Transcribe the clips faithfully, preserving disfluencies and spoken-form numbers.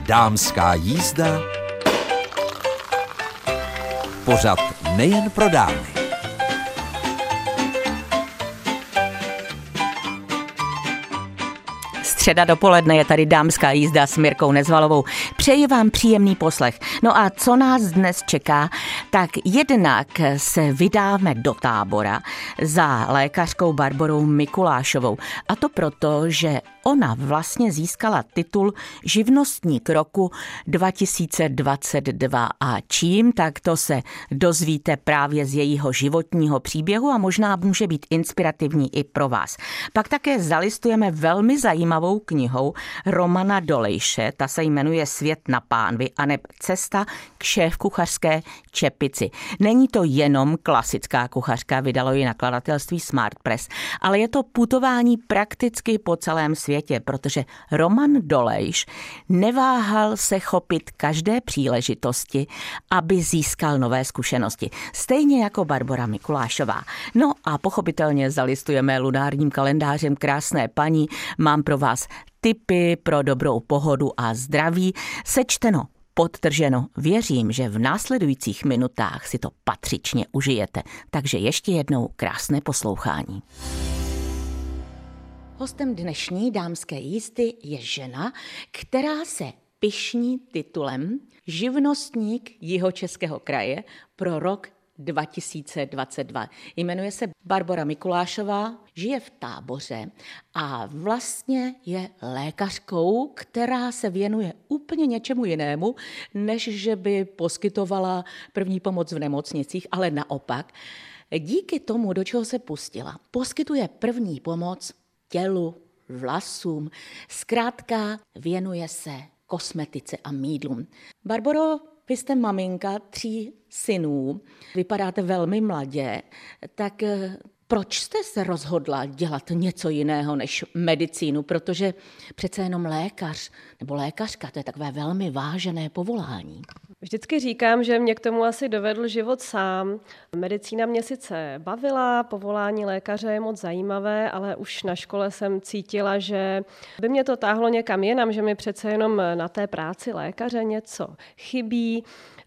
Dámská jízda, pořad nejen pro dámy. Středa dopoledne je tady Dámská jízda s Mirkou Nezvalovou. Přeji vám příjemný poslech. No a co nás dnes čeká, tak jednak se vydáme do Tábora za lékařkou Barborou Mikulášovou. A to proto, že ona vlastně získala titul Živnostník roku dva tisíce dvacet dva. A čím, tak to se dozvíte právě z jejího životního příběhu a možná může být inspirativní i pro vás. Pak také zalistujeme velmi zajímavou knihou Romana Dolejše, ta se jmenuje Svět na pánvi aneb Cesta k šéfkuchařské čepici. Není to jenom klasická kuchařka, vydalo ji nakladatelství Smart Press, ale je to putování prakticky po celém světě, protože Roman Dolejš neváhal se chopit každé příležitosti, aby získal nové zkušenosti. Stejně jako Barbora Mikulášová. No a pochopitelně zalistujeme lunárním kalendářem Krásné paní. Mám pro vás tipy pro dobrou pohodu a zdraví. Sečteno, podtrženo. Věřím, že v následujících minutách si to patřičně užijete. Takže ještě jednou krásné poslouchání. Hostem dnešní dámské jízdy je žena, která se pyšní titulem Živnostník Jihočeského kraje pro rok dva tisíce dvacet dva. Jmenuje se Barbora Mikulášová, žije v Táboře a vlastně je lékařkou, která se věnuje úplně něčemu jinému, než že by poskytovala první pomoc v nemocnicích, ale naopak. Díky tomu, do čeho se pustila, poskytuje první pomoc tělu, vlasům, zkrátka věnuje se kosmetice a mýdlům. Barboro, vy jste maminka tří synů, vypadáte velmi mladě, tak proč jste se rozhodla dělat něco jiného než medicínu? Protože přece jenom lékař nebo lékařka, to je takové velmi vážené povolání. Vždycky říkám, že mě k tomu asi dovedl život sám. Medicína mě sice bavila, povolání lékaře je moc zajímavé, ale už na škole jsem cítila, že by mě to táhlo někam jinam, že mi přece jenom na té práci lékaře něco chybí.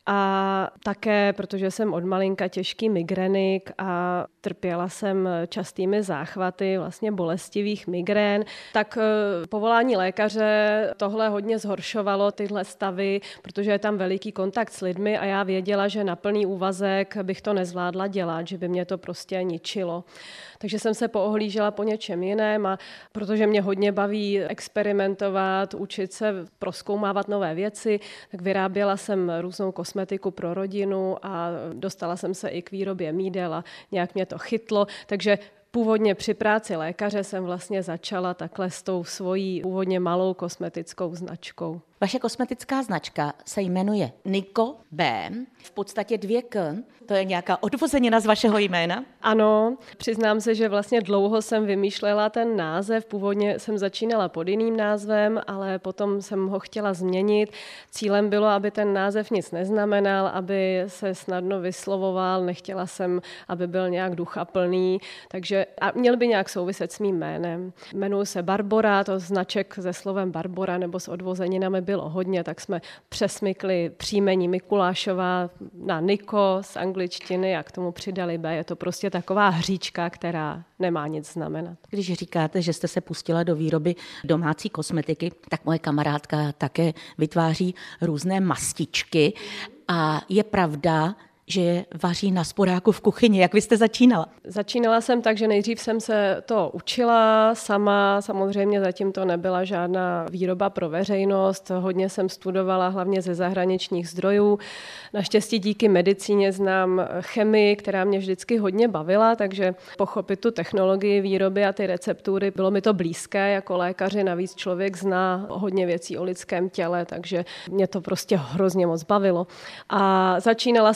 A také, protože jsem od malinka těžký migrenik a trpěla jsem častými záchvaty vlastně bolestivých migrén, tak povolání lékaře tohle hodně zhoršovalo, tyhle stavy, protože je tam veliký kontakt s lidmi a já věděla, že na plný úvazek bych to nezvládla dělat, že by mě to prostě ničilo. Takže jsem se poohlížela po něčem jiném a protože mě hodně baví experimentovat, učit se, prozkoumávat nové věci, tak vyráběla jsem různou kosmetiku pro rodinu a dostala jsem se i k výrobě mýdel a nějak mě to chytlo, takže původně při práci lékaře jsem vlastně začala takhle s tou svojí původně malou kosmetickou značkou. Vaše kosmetická značka se jmenuje Niko B, v podstatě dvě K. To je nějaká odvozenina z vašeho jména? Ano, přiznám se, že vlastně dlouho jsem vymýšlela ten název. Původně jsem začínala pod jiným názvem, ale potom jsem ho chtěla změnit. Cílem bylo, aby ten název nic neznamenal, aby se snadno vyslovoval. Nechtěla jsem, aby byl nějak duchaplný, takže a měl by nějak souviset s mým jménem. Jmenuji se Barbora, to značek se slovem Barbora nebo s odvozeninami bylo hodně, tak jsme přesmykli příjmení Mikulášová na Niko z angličtiny a k tomu přidali B. Je to prostě taková hříčka, která nemá nic znamenat. Když říkáte, že jste se pustila do výroby domácí kosmetiky, tak moje kamarádka také vytváří různé mastičky a je pravda, že je vaří na sporáku v kuchyni. Jak vy jste začínala? Začínala jsem tak, že nejdřív jsem se to učila sama. Samozřejmě zatím to nebyla žádná výroba pro veřejnost. Hodně jsem studovala hlavně ze zahraničních zdrojů. Naštěstí díky medicíně znám chemii, která mě vždycky hodně bavila, takže pochopit tu technologii výroby a ty receptury bylo mi to blízké. Jako lékaři navíc člověk zná hodně věcí o lidském těle, takže mě to prostě hrozně moc bavilo. A začínala jsem tak, že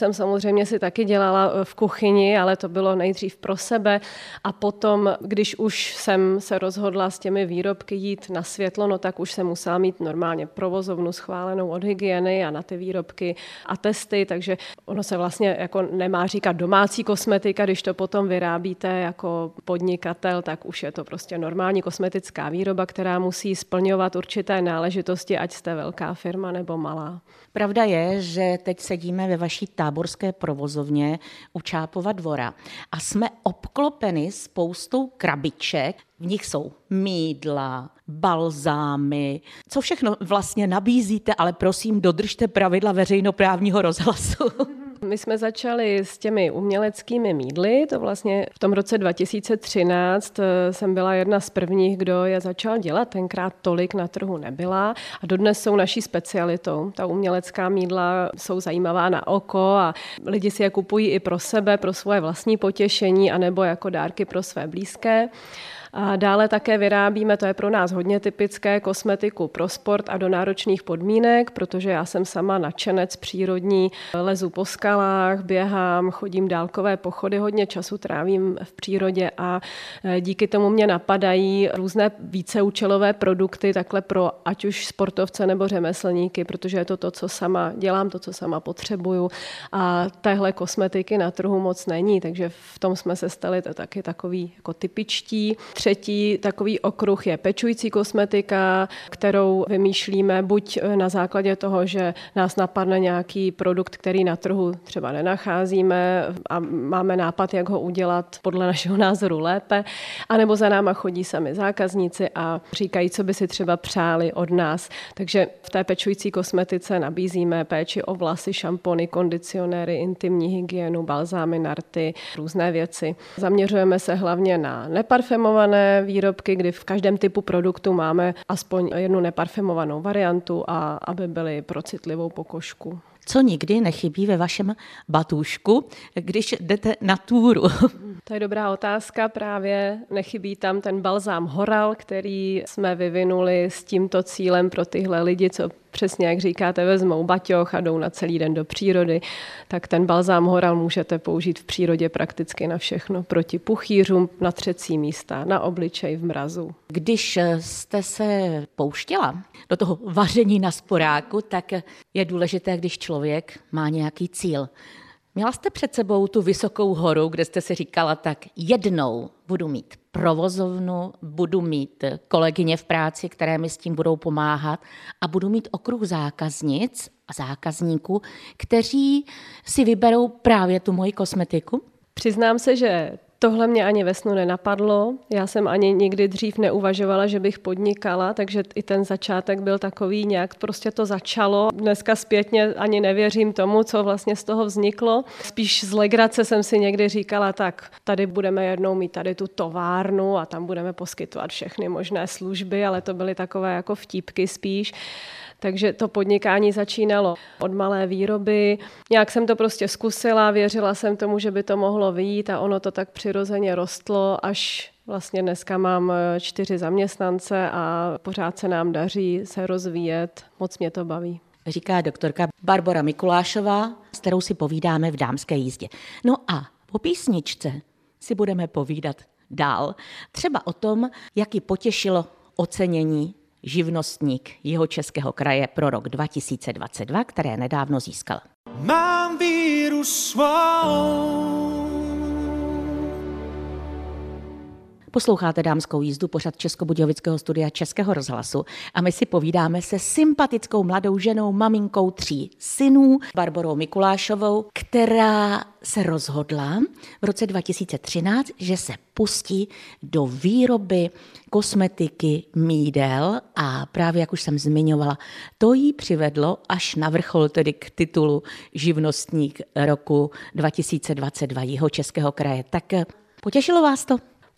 jsem samozřejmě si taky dělala v kuchyni, ale to bylo nejdřív pro sebe a potom, když už jsem se rozhodla s těmi výrobky jít na světlo, no tak už jsem musela mít normálně provozovnu schválenou od hygieny a na ty výrobky a testy, takže ono se vlastně jako nemá říkat domácí kosmetika, když to potom vyrábíte jako podnikatel, tak už je to prostě normální kosmetická výroba, která musí splňovat určité náležitosti, ať jste velká firma nebo malá. Pravda je, že teď sedíme ve vaší táborské provozovně u Čápova dvora a jsme obklopeni spoustou krabiček. V nich jsou mýdla, balzámy, co všechno vlastně nabízíte, ale prosím, dodržte pravidla veřejnoprávního rozhlasu. My jsme začali s těmi uměleckými mýdly, to vlastně v tom roce dva tisíce třináct jsem byla jedna z prvních, kdo je začal dělat, tenkrát tolik na trhu nebyla a dodnes jsou naší specialitou. Ta umělecká mýdla jsou zajímavá na oko a lidi si je kupují i pro sebe, pro svoje vlastní potěšení anebo jako dárky pro své blízké. A dále také vyrábíme, to je pro nás hodně typické, kosmetiku pro sport a do náročných podmínek, protože já jsem sama nadšenec přírodní, lezu po skalách, běhám, chodím dálkové pochody, hodně času trávím v přírodě a díky tomu mě napadají různé víceúčelové produkty takhle pro ať už sportovce nebo řemeslníky, protože je to to, co sama dělám, to, co sama potřebuju a téhle kosmetiky na trhu moc není, takže v tom jsme se stali to taky takový jako typičtí. Třetí takový okruh je pečující kosmetika, kterou vymýšlíme buď na základě toho, že nás napadne nějaký produkt, který na trhu třeba nenacházíme a máme nápad, jak ho udělat podle našeho názoru lépe, anebo za náma chodí sami zákazníci a říkají, co by si třeba přáli od nás. Takže v té pečující kosmetice nabízíme péči o vlasy, šampony, kondicionéry, intimní hygienu, balzámy, narty, různé věci. Zaměřujeme se hlavně na neparfemované výrobky, kdy v každém typu produktu máme aspoň jednu neparfumovanou variantu a aby byly pro citlivou pokožku. Co nikdy nechybí ve vašem batůžku, když jdete na túru? To je dobrá otázka, právě nechybí tam ten balzám Horal, který jsme vyvinuli s tímto cílem pro tyhle lidi, co přesně jak říkáte, vezmou baťoch a jdou na celý den do přírody, tak ten balzám Horal můžete použít v přírodě prakticky na všechno, proti puchýřům, na třecí místa, na obličej v mrazu. Když jste se pouštěla do toho vaření na sporáku, tak je důležité, když člověk má nějaký cíl. Měla jste před sebou tu vysokou horu, kde jste si říkala, tak jednou budu mít provozovnu, budu mít kolegyně v práci, které mi s tím budou pomáhat a budu mít okruh zákaznic a zákazníků, kteří si vyberou právě tu moji kosmetiku? Přiznám se, že tohle mě ani ve snu nenapadlo. Já jsem ani nikdy dřív neuvažovala, že bych podnikala, takže i ten začátek byl takový, nějak prostě to začalo. Dneska zpětně ani nevěřím tomu, co vlastně z toho vzniklo. Spíš z legrace jsem si někdy říkala, tak tady budeme jednou mít tady tu továrnu a tam budeme poskytovat všechny možné služby, ale to byly takové jako vtípky spíš. Takže to podnikání začínalo od malé výroby. Nějak jsem to prostě zkusila, věřila jsem tomu, že by to mohlo vyjít a ono to tak přirozeně rostlo, až vlastně dneska mám čtyři zaměstnance a pořád se nám daří se rozvíjet. Moc mě to baví. Říká doktorka Barbora Mikulášová, s kterou si povídáme v Dámské jízdě. No a po písničce si budeme povídat dál. Třeba o tom, jak ji potěšilo ocenění živnostník Jihočeského kraje pro rok dva tisíce dvacet dva, které nedávno získal. Mám víru svou. Posloucháte Dámskou jízdu, pořad Českobudějovického studia Českého rozhlasu a my si povídáme se sympatickou mladou ženou, maminkou tří synů, Barborou Mikulášovou, která se rozhodla v roce dva tisíce třináct, že se pustí do výroby kosmetiky, mýdel a právě, jak už jsem zmiňovala, to jí přivedlo až na vrchol, tedy k titulu živnostník roku dva tisíce dvacet dva Jihočeského kraje. Tak potěšilo vás to?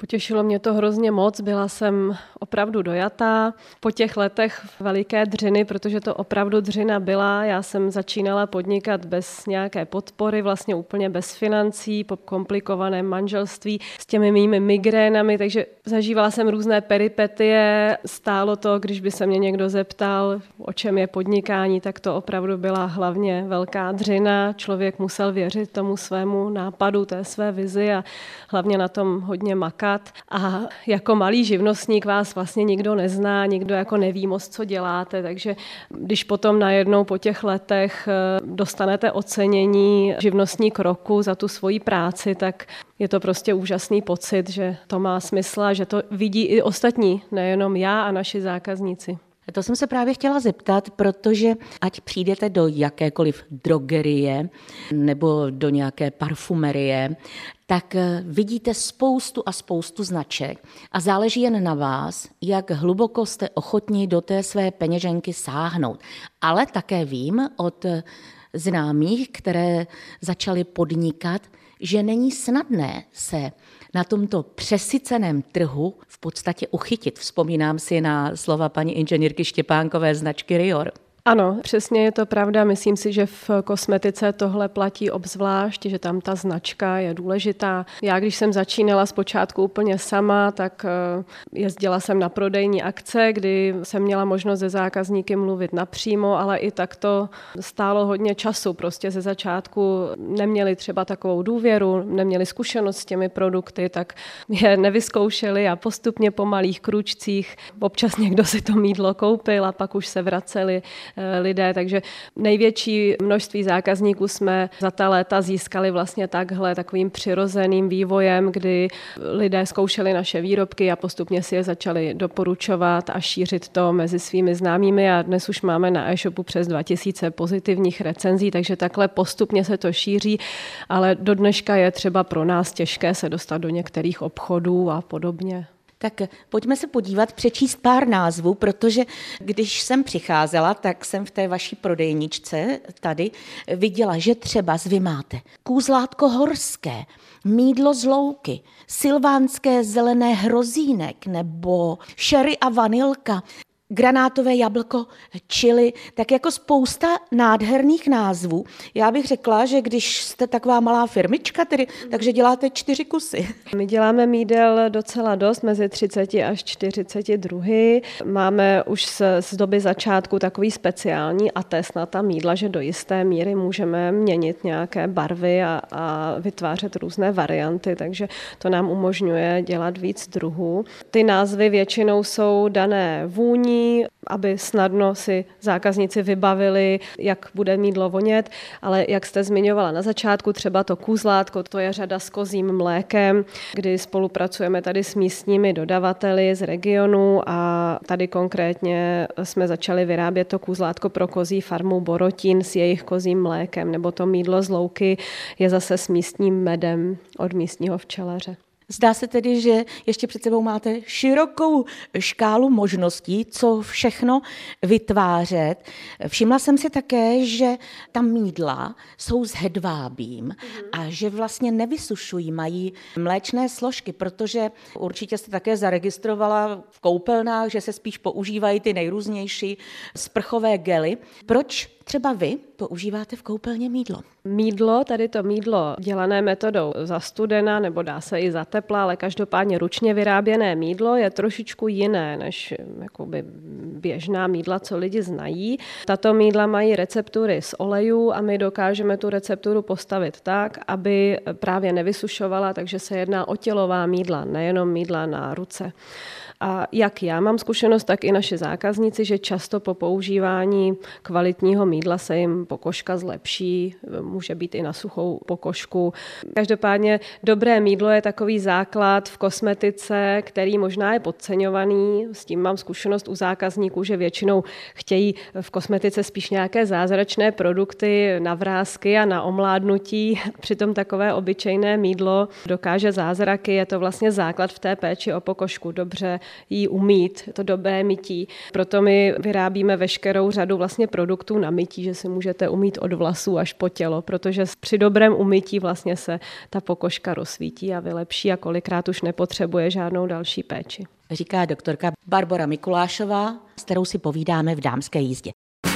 Potěšilo mě to hrozně moc, byla jsem opravdu dojatá po těch letech veliké dřiny, protože to opravdu dřina byla. Já jsem začínala podnikat bez nějaké podpory, vlastně úplně bez financí, po komplikovaném manželství s těmi mými migrénami, takže zažívala jsem různé peripetie. Stálo to, když by se mě někdo zeptal, o čem je podnikání, tak to opravdu byla hlavně velká dřina. Člověk musel věřit tomu svému nápadu, té své vizi a hlavně na tom hodně makat. A jako malý živnostník vás vlastně nikdo nezná, nikdo jako neví moc, co děláte, takže když potom najednou po těch letech dostanete ocenění živnostník roku za tu svoji práci, tak je to prostě úžasný pocit, že to má smysl a že to vidí i ostatní, nejenom já a naši zákazníci. To jsem se právě chtěla zeptat, protože ať přijdete do jakékoliv drogerie nebo do nějaké parfumerie, tak vidíte spoustu a spoustu značek a záleží jen na vás, jak hluboko jste ochotní do té své peněženky sáhnout. Ale také vím od známých, které začaly podnikat, že není snadné se na tomto přesyceném trhu v podstatě uchytit. Vzpomínám si na slova paní inženýrky Štěpánkové značky Rior. Ano, přesně je to pravda. Myslím si, že v kosmetice tohle platí obzvlášť, že tam ta značka je důležitá. Já, když jsem začínala zpočátku úplně sama, tak jezdila jsem na prodejní akce, kdy jsem měla možnost se zákazníky mluvit napřímo, ale i tak to stálo hodně času. Prostě ze začátku neměli třeba takovou důvěru, neměli zkušenost s těmi produkty, tak je nevyzkoušeli a postupně po malých krůčcích občas někdo si to mýdlo koupil a pak už se vraceli lidé, takže největší množství zákazníků jsme za ta léta získali vlastně takhle takovým přirozeným vývojem, kdy lidé zkoušeli naše výrobky a postupně si je začali doporučovat a šířit to mezi svými známými a dnes už máme na e-shopu přes dva tisíce pozitivních recenzí, takže takhle postupně se to šíří, ale do dneška je třeba pro nás těžké se dostat do některých obchodů a podobně. Tak pojďme se podívat, přečíst pár názvů, protože když jsem přicházela, tak jsem v té vaší prodejničce tady viděla, že třeba vy máte kůzlátko horské, mýdlo z louky, silvánské zelené hrozínek nebo sherry a vanilka, granátové jablko, chili, tak jako spousta nádherných názvů. Já bych řekla, že když jste taková malá firmička, tedy, takže děláte čtyři kusy. My děláme mídel docela dost, mezi třicet až čtyřicet druhy. Máme už z, z doby začátku takový speciální atest na ta mídla, že do jisté míry můžeme měnit nějaké barvy a, a vytvářet různé varianty, takže to nám umožňuje dělat víc druhů. Ty názvy většinou jsou dané vůní, aby snadno si zákazníci vybavili, jak bude mýdlo vonět, ale jak jste zmiňovala na začátku, třeba to kůzlátko, to je řada s kozím mlékem, kdy spolupracujeme tady s místními dodavateli z regionu a tady konkrétně jsme začali vyrábět to kůzlátko pro kozí farmu Borotín s jejich kozím mlékem, nebo to mýdlo z louky je zase s místním medem od místního včelaře. Zdá se tedy, že ještě před sebou máte širokou škálu možností, co všechno vytvářet. Všimla jsem si také, že ta mýdla jsou s hedvábím mm-hmm. a že vlastně nevysušují, mají mléčné složky, protože určitě jste také zaregistrovala v koupelnách, že se spíš používají ty nejrůznější sprchové gely. Proč třeba vy používáte v koupelně mýdlo? Mýdlo, tady to mýdlo dělané metodou za studena, nebo dá se i za tepla, ale každopádně ručně vyráběné mýdlo je trošičku jiné než jakoby běžná mýdla, co lidi znají. Tato mýdla mají receptury z olejů a my dokážeme tu recepturu postavit tak, aby právě nevysušovala, takže se jedná o tělová mýdla, nejenom mýdla na ruce. A jak já mám zkušenost, tak i naši zákazníci, že často po používání kvalitního mýdla se jim pokožka zlepší, může být i na suchou pokožku. Každopádně dobré mýdlo je takový základ v kosmetice, který možná je podceňovaný. S tím mám zkušenost u zákazníků, že většinou chtějí v kosmetice spíš nějaké zázračné produkty na vrásky a na omládnutí. Přitom takové obyčejné mýdlo dokáže zázraky, je to vlastně základ v té péči o pokožku. Dobře jí umýt, to dobré mytí. Proto my vyrábíme veškerou řadu vlastně produktů na mytí. mytí, že si můžete umýt od vlasů až po tělo, protože při dobrém umytí vlastně se ta pokožka rozsvítí a vylepší a kolikrát už nepotřebuje žádnou další péči. Říká doktorka Barbora Mikulášová, s kterou si povídáme v Dámské jízdě.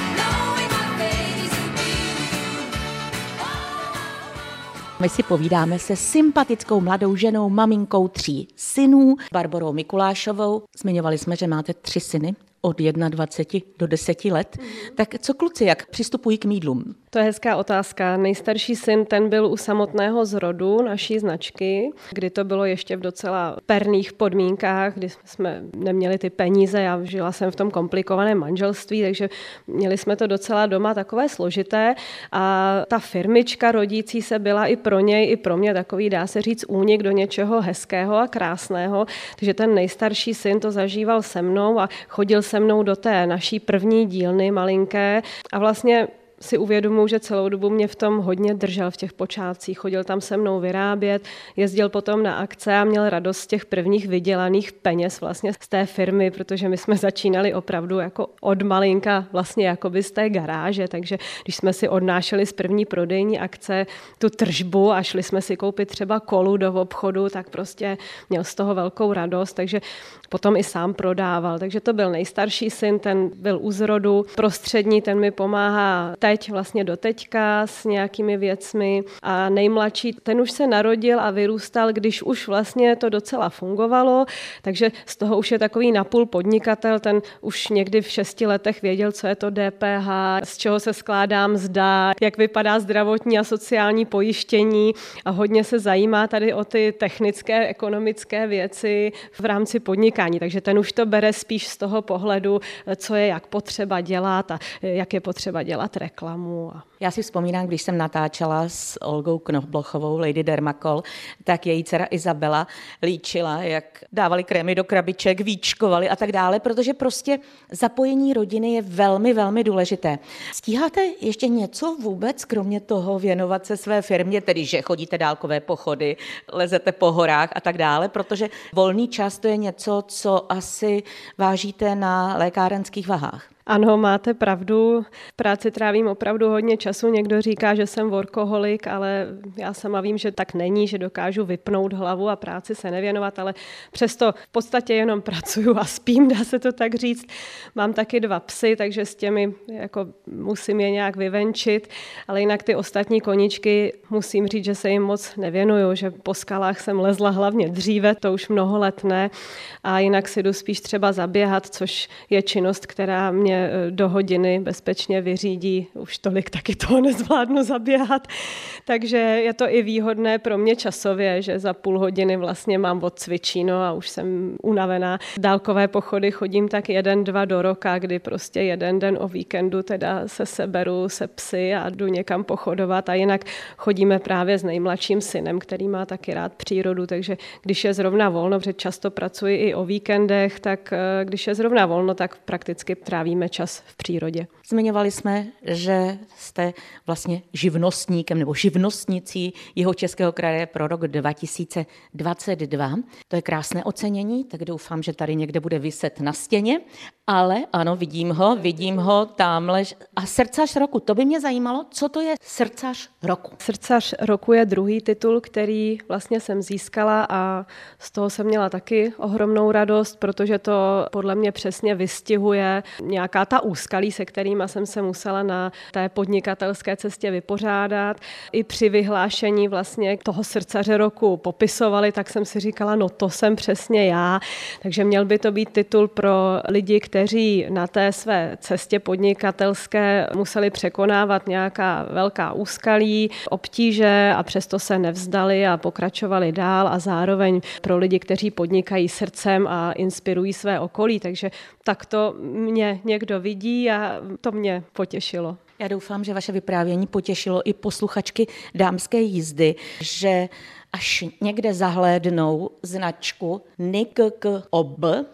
My si povídáme se sympatickou mladou ženou, maminkou tří synů, Barborou Mikulášovou. Zmiňovali jsme, že máte tři syny od dvacet jedna do deseti let. Mm. Tak co kluci, jak přistupují k mýdlům? To je hezká otázka. Nejstarší syn, ten byl u samotného zrodu naší značky, kdy to bylo ještě v docela perných podmínkách, kdy jsme neměli ty peníze, já žila jsem v tom komplikovaném manželství, takže měli jsme to docela doma takové složité a ta firmička rodící se byla i pro něj, i pro mě takový, dá se říct, únik do něčeho hezkého a krásného, takže ten nejstarší syn to zažíval se mnou a chodil se mnou do té naší první dílny malinké a vlastně si uvědomuji, že celou dobu mě v tom hodně držel v těch počátcích. Chodil tam se mnou vyrábět, jezdil potom na akce a měl radost z těch prvních vydělaných peněz vlastně z té firmy, protože my jsme začínali opravdu jako od malinka vlastně jakoby z té garáže, takže když jsme si odnášeli z první prodejní akce tu tržbu a šli jsme si koupit třeba kolu do obchodu, tak prostě měl z toho velkou radost, takže potom i sám prodával. Takže to byl nejstarší syn, ten byl u zrodu, prostřední, ten mi pomáhá teď vlastně do teďka s nějakými věcmi a nejmladší, ten už se narodil a vyrůstal, když už vlastně to docela fungovalo, takže z toho už je takový napůl podnikatel, ten už někdy v šesti letech věděl, co je to D P H, z čeho se skládá mzda, jak vypadá zdravotní a sociální pojištění a hodně se zajímá tady o ty technické, ekonomické věci v rámci podnikání, takže ten už to bere spíš z toho pohledu, co je jak potřeba dělat a jak je potřeba dělat reklamu. Já si vzpomínám, když jsem natáčela s Olgou Knoblochovou, Lady Dermacol, tak její dcera Izabela líčila, jak dávali krémy do krabiček, víčkovali a tak dále, protože prostě zapojení rodiny je velmi, velmi důležité. Stíháte ještě něco vůbec, kromě toho věnovat se své firmě, tedy že chodíte dálkové pochody, lezete po horách a tak dále, protože volný čas to je něco, co asi vážíte na lékárenských vahách. Ano, máte pravdu. V práci trávím opravdu hodně času. Někdo říká, že jsem workoholik, ale já sama vím, že tak není, že dokážu vypnout hlavu a práci se nevěnovat, ale přesto v podstatě jenom pracuju a spím, dá se to tak říct. Mám taky dva psy, takže s těmi jako musím je nějak vyvenčit, ale jinak ty ostatní koníčky musím říct, že se jim moc nevěnuju, že po skalách jsem lezla hlavně dříve, to už mnoho let ne, a jinak si jdu spíš třeba zaběhat, což je činnost, která mě do hodiny bezpečně vyřídí. Už tolik taky toho nezvládnu zaběhat. Takže je to i výhodné pro mě časově, že za půl hodiny vlastně mám odcvičíno a už jsem unavená. Dálkové pochody chodím tak jeden, dva do roka, kdy prostě jeden den o víkendu teda se seberu se psy a jdu někam pochodovat a jinak chodíme právě s nejmladším synem, který má taky rád přírodu, takže když je zrovna volno, protože často pracuji i o víkendech, tak když je zrovna volno, tak prakticky trávíme čas v přírodě. Zmiňovali jsme, že jste vlastně živnostníkem nebo živnostnicí Jihočeského kraje pro rok dva tisíce dvacet dva. To je krásné ocenění, tak doufám, že tady někde bude viset na stěně, ale ano, vidím ho, vidím ho tamhle. A srdcař roku, to by mě zajímalo, co to je srdcař roku? Srdcař roku je druhý titul, který vlastně jsem získala a z toho jsem měla taky ohromnou radost, protože to podle mě přesně vystihuje nějaká ta úskalí, se kterýma jsem se musela na té podnikatelské cestě vypořádat. I při vyhlášení vlastně toho srdcaře roku popisovali, tak jsem si říkala, no to jsem přesně já. Takže měl by to být titul pro lidi, kteří na té své cestě podnikatelské museli překonávat nějaká velká úskalí, obtíže a přesto se nevzdali a pokračovali dál a zároveň pro lidi, kteří podnikají srdcem a inspirují své okolí. Takže takto mě někdo vidí a to mě potěšilo. Já doufám, že vaše vyprávění potěšilo i posluchačky Dámské jízdy, že až někde zahlédnou značku N I K K O B,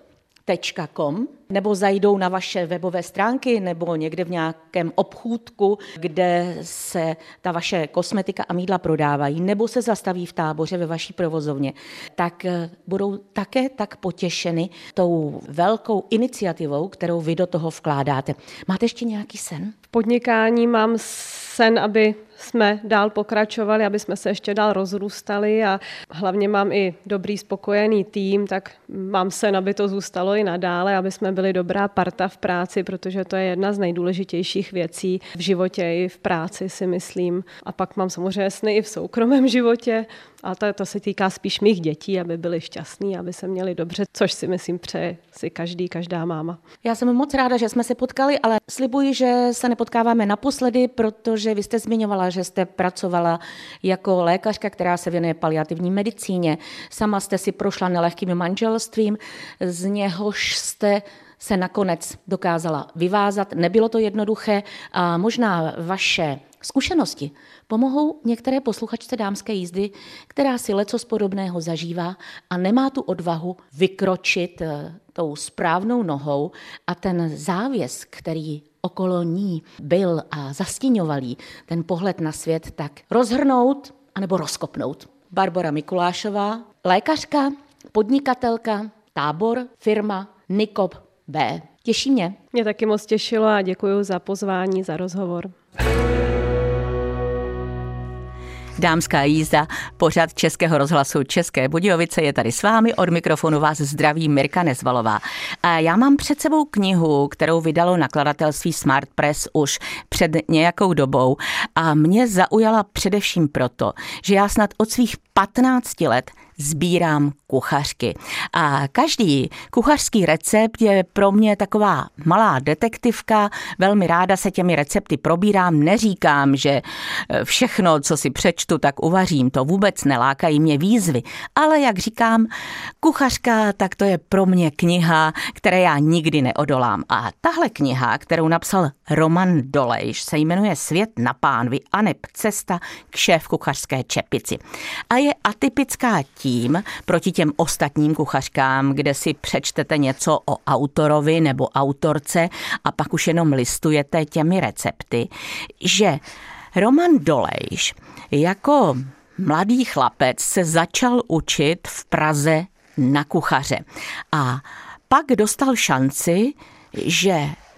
tečka com, nebo zajdou na vaše webové stránky, nebo někde v nějakém obchůdku, kde se ta vaše kosmetika a mýdla prodávají, nebo se zastaví v Táboře ve vaší provozovně, tak budou také tak potěšeny tou velkou iniciativou, kterou vy do toho vkládáte. Máte ještě nějaký sen? V podnikání mám sen, aby jsme dál pokračovali, aby jsme se ještě dál rozrůstali a hlavně mám i dobrý, spokojený tým, tak mám sen, aby to zůstalo i nadále, aby jsme byli dobrá parta v práci, protože to je jedna z nejdůležitějších věcí v životě i v práci, si myslím. A pak mám samozřejmě sny i v soukromém životě a to, to se týká spíš mých dětí, aby byli šťastní, aby se měli dobře, což si myslím přeje si každý, každá máma. Já jsem moc ráda, že jsme se potkali, ale slibuji, že se nepotkáváme naposledy, protože vy jste zmiňovala, že jste pracovala jako lékařka, která se věnuje paliativní medicíně. Sama jste si prošla nelehkým manželstvím, z něhož jste se nakonec dokázala vyvázat. Nebylo to jednoduché a možná vaše zkušenosti pomohou některé posluchačce dámské jízdy, která si lecos podobného zažívá a nemá tu odvahu vykročit tou správnou nohou a ten závěs, který okolo ní byl a zastíňoval jí ten pohled na svět, tak rozhrnout anebo rozkopnout. Barbora Mikulášová, lékařka, podnikatelka, Tábor, firma Nikop B. Těší mě. Mě taky moc těšilo a děkuji za pozvání, za rozhovor. Dámská jízda, pořad Českého rozhlasu České Budějovice je tady s vámi, od mikrofonu vás zdraví Mirka Nezvalová. A já mám před sebou knihu, kterou vydalo nakladatelství Smart Press už před nějakou dobou a mě zaujala především proto, že já snad od svých patnácti let sbírám kuchařky. A každý kuchařský recept je pro mě taková malá detektivka, velmi ráda se těmi recepty probírám, neříkám, že všechno, co si přečtu, tak uvařím, to vůbec nelákají mě výzvy, ale jak říkám, kuchařka, tak to je pro mě kniha, které já nikdy neodolám. A tahle kniha, kterou napsal Roman Dolejš, se jmenuje Svět na pánvi aneb cesta k šéfkuchařské čepici. A je atypická tím proti těm ostatním kuchařkám, kde si přečtete něco o autorovi nebo autorce a pak už jenom listujete těmi recepty, že Roman Dolejš jako mladý chlapec se začal učit v Praze na kuchaře a pak dostal šanci, že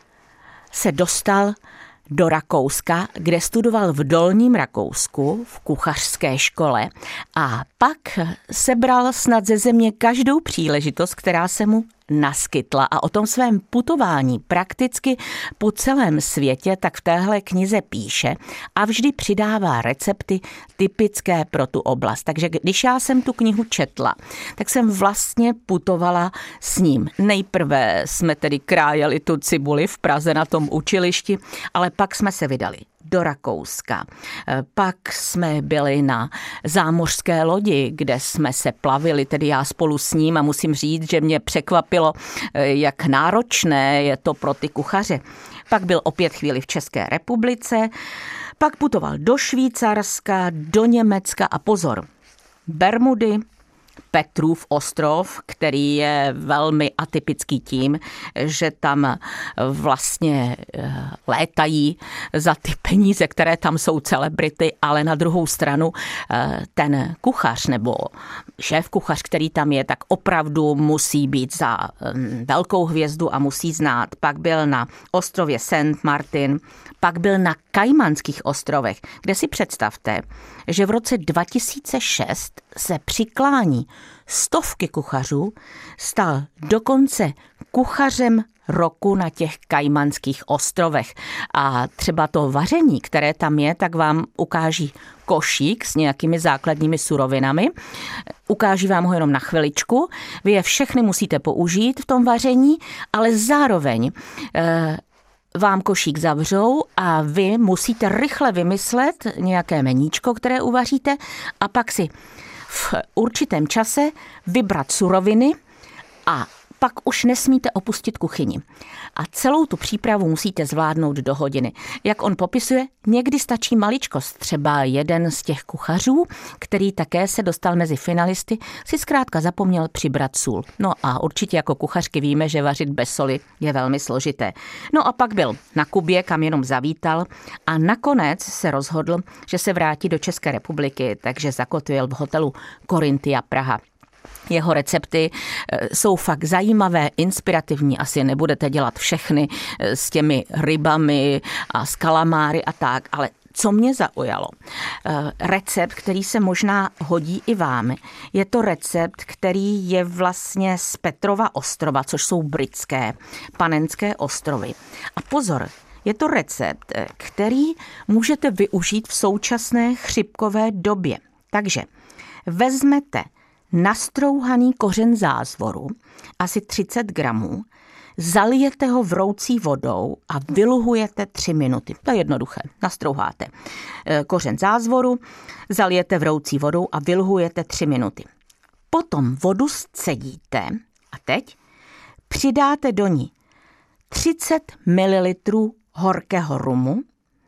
se dostal do Rakouska, kde studoval v Dolním Rakousku v kuchařské škole a pak sebral snad ze země každou příležitost, která se mu naskytla a o tom svém putování prakticky po celém světě tak v téhle knize píše a vždy přidává recepty typické pro tu oblast. Takže když já jsem tu knihu četla, tak jsem vlastně putovala s ním. Nejprve jsme tedy krájeli tu cibuli v Praze na tom učilišti, ale pak jsme se vydali do Rakouska. Pak jsme byli na zámořské lodi, kde jsme se plavili, tedy já spolu s ním a musím říct, že mě překvapilo, jak náročné je to pro ty kuchaře. Pak byl opět chvíli v České republice, pak putoval do Švýcarska, do Německa a pozor, Bermudy, Petrův ostrov, který je velmi atypický tím, že tam vlastně létají za ty peníze, které tam jsou celebrity, ale na druhou stranu ten kuchař nebo šéf kuchař, který tam je, tak opravdu musí být za velkou hvězdu a musí znát. Pak byl na ostrově Saint Martin, pak byl na Kajmanských ostrovech, kde si představte, že v roce dva tisíce šest se přiklání stovky kuchařů, stal dokonce kuchařem roku na těch Kajmanských ostrovech. A třeba to vaření, které tam je, tak vám ukáží košík s nějakými základními surovinami. Ukáží vám ho jenom na chviličku. Vy je všechny musíte použít v tom vaření, ale zároveň eh, vám košík zavřou a vy musíte rychle vymyslet nějaké meníčko, které uvaříte a pak si v určitém čase vybrat suroviny a pak už nesmíte opustit kuchyni. A celou tu přípravu musíte zvládnout do hodiny. Jak on popisuje, někdy stačí maličkost. Třeba jeden z těch kuchařů, který také se dostal mezi finalisty, si zkrátka zapomněl přibrat sůl. No a určitě jako kuchařky víme, že vařit bez soli je velmi složité. No a pak byl na Kubě, kam jenom zavítal a nakonec se rozhodl, že se vrátí do České republiky, takže zakotvil v hotelu Korintia Praha. Jeho recepty jsou fakt zajímavé, inspirativní, asi nebudete dělat všechny s těmi rybami a s kalamáry a tak, ale co mě zaujalo, recept, který se možná hodí i vám, je to recept, který je vlastně z Petrova ostrova, což jsou britské Panenské ostrovy. A pozor, je to recept, který můžete využít v současné chřipkové době. Takže vezmete nastrouhaný kořen zázvoru, asi třicet gramů, zalijete ho vroucí vodou a vyluhujete tři minuty. To je jednoduché. Nastrouháte kořen zázvoru, zalijete vroucí vodou a vyluhujete tři minuty. Potom vodu scedíte a teď přidáte do ní třicet mililitrů horkého rumu,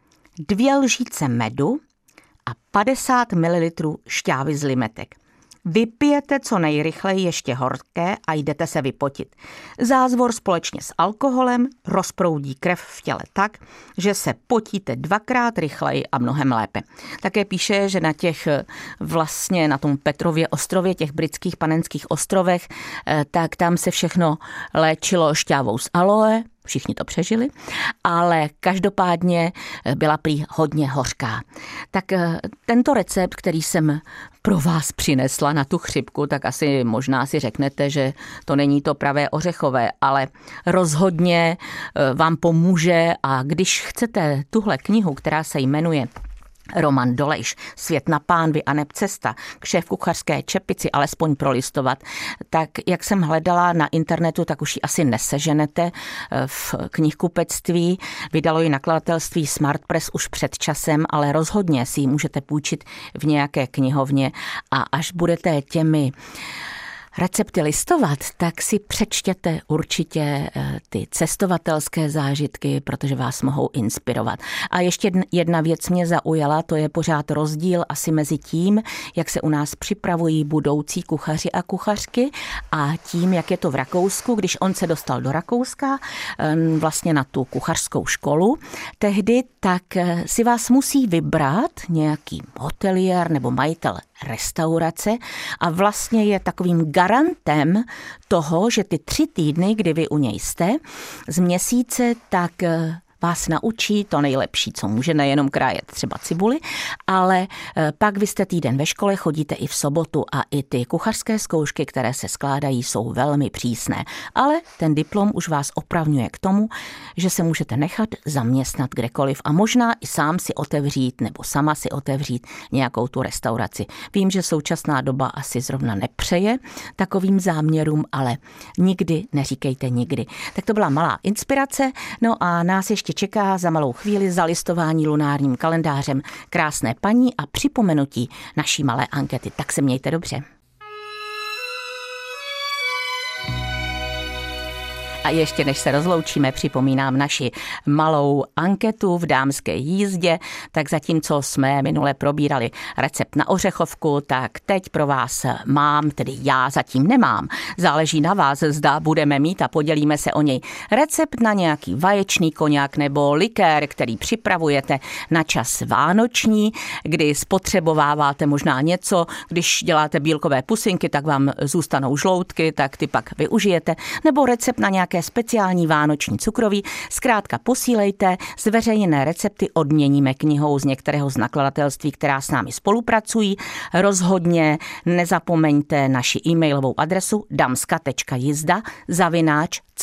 dvě lžíce medu a padesát mililitrů šťávy z limetek. Vypijete co nejrychleji ještě horké a jdete se vypotit. Zázvor společně s alkoholem rozproudí krev v těle tak, že se potíte dvakrát rychleji a mnohem lépe. Také píše, že na těch vlastně na tom Petrově ostrově, těch britských Panenských ostrovech, tak tam se všechno léčilo šťávou z aloe, všichni to přežili, ale každopádně byla prý hodně hořká. Tak tento recept, který jsem pro vás přinesla na tu chřipku, tak asi možná si řeknete, že to není to pravé ořechové, ale rozhodně vám pomůže a když chcete tuhle knihu, která se jmenuje Roman Dolejš, Svět na pánvi a neb cesta k šéfkuchařské čepici alespoň prolistovat, tak jak jsem hledala na internetu, tak už ji asi neseženete v knihkupectví. Vydalo ji nakladatelství Smart Press už před časem, ale rozhodně si ji můžete půjčit v nějaké knihovně a až budete těmi recepty listovat, tak si přečtěte určitě ty cestovatelské zážitky, protože vás mohou inspirovat. A ještě jedna věc mě zaujala, to je pořád rozdíl asi mezi tím, jak se u nás připravují budoucí kuchaři a kuchařky a tím, jak je to v Rakousku, když on se dostal do Rakouska vlastně na tu kuchařskou školu, tehdy tak si vás musí vybrat nějaký hoteliér nebo majitel restaurace a vlastně je takovým garantem toho, že ty tři týdny, kdy vy u něj jste z měsíce, tak vás naučí to nejlepší, co může, nejenom krájet třeba cibuli, ale pak vy jste týden ve škole, chodíte i v sobotu a i ty kuchařské zkoušky, které se skládají, jsou velmi přísné. Ale ten diplom už vás opravňuje k tomu, že se můžete nechat zaměstnat kdekoliv a možná i sám si otevřít nebo sama si otevřít nějakou tu restauraci. Vím, že současná doba asi zrovna nepřeje takovým záměrům, ale nikdy neříkejte nikdy. Tak to byla malá inspirace, no a nás ještě čeká za malou chvíli zalistování lunárním kalendářem krásné paní a připomenutí naší malé ankety. Tak se mějte dobře. A ještě než se rozloučíme, připomínám naši malou anketu v dámské jízdě, tak zatímco jsme minule probírali recept na ořechovku, tak teď pro vás mám, tedy já zatím nemám, záleží na vás, zda budeme mít a podělíme se o něj, recept na nějaký vaječný koňák nebo likér, který připravujete na čas vánoční, kdy spotřebováváte možná něco, když děláte bílkové pusinky, tak vám zůstanou žloutky, tak ty pak využijete, nebo recept na nějaké speciální vánoční cukroví. Zkrátka posílejte, zveřejněné recepty odměníme knihou z některého z nakladatelství, která s námi spolupracují. Rozhodně nezapomeňte naši e-mailovou adresu damska tečka jizda zavináč c b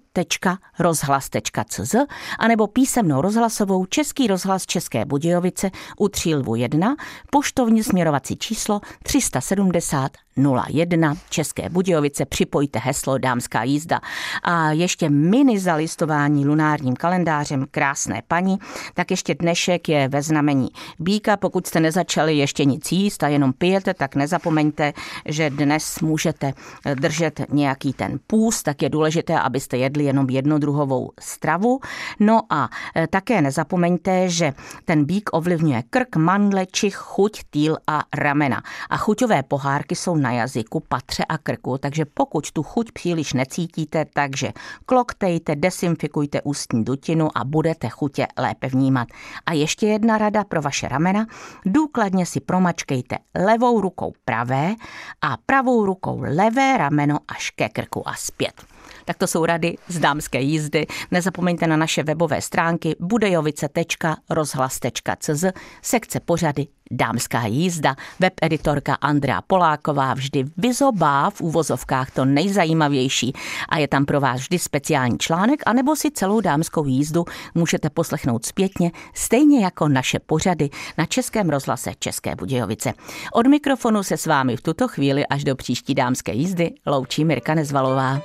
tečka rozhlas tečka cz anebo písemnou rozhlasovou Český rozhlas České Budějovice u Třílvu jedna, poštovní směrovací číslo tři set sedmdesát nula jedna České Budějovice, připojte heslo Dámská jízda. A ještě mini zalistování lunárním kalendářem krásné paní, tak ještě dnešek je ve znamení býka. Pokud jste nezačali ještě nic jíst a jenom pijete, tak nezapomeňte, že dnes můžete držet nějaký ten půst, tak je důležité, abyste jedli jenom jednodruhovou stravu. No a také nezapomeňte, že ten býk ovlivňuje krk, mandle, čich, chuť, týl a ramena. A chuťové pohárky jsou na jazyku, patře a krku, takže pokud tu chuť příliš necítíte, takže kloktejte, desinfikujte ústní dutinu a budete chutě lépe vnímat. A ještě jedna rada pro vaše ramena. Důkladně si promačkejte levou rukou pravé a pravou rukou levé rameno až ke krku a zpět. Tak to jsou rady z dámské jízdy. Nezapomeňte na naše webové stránky budejovice tečka rozhlas tečka cz, sekce pořady Dámská jízda, webeditorka Andrea Poláková vždy vyzobá v úvozovkách to nejzajímavější a je tam pro vás vždy speciální článek, anebo si celou dámskou jízdu můžete poslechnout zpětně, stejně jako naše pořady na Českém rozhlase České Budějovice. Od mikrofonu se s vámi v tuto chvíli až do příští dámské jízdy loučí Mirka Nezvalová.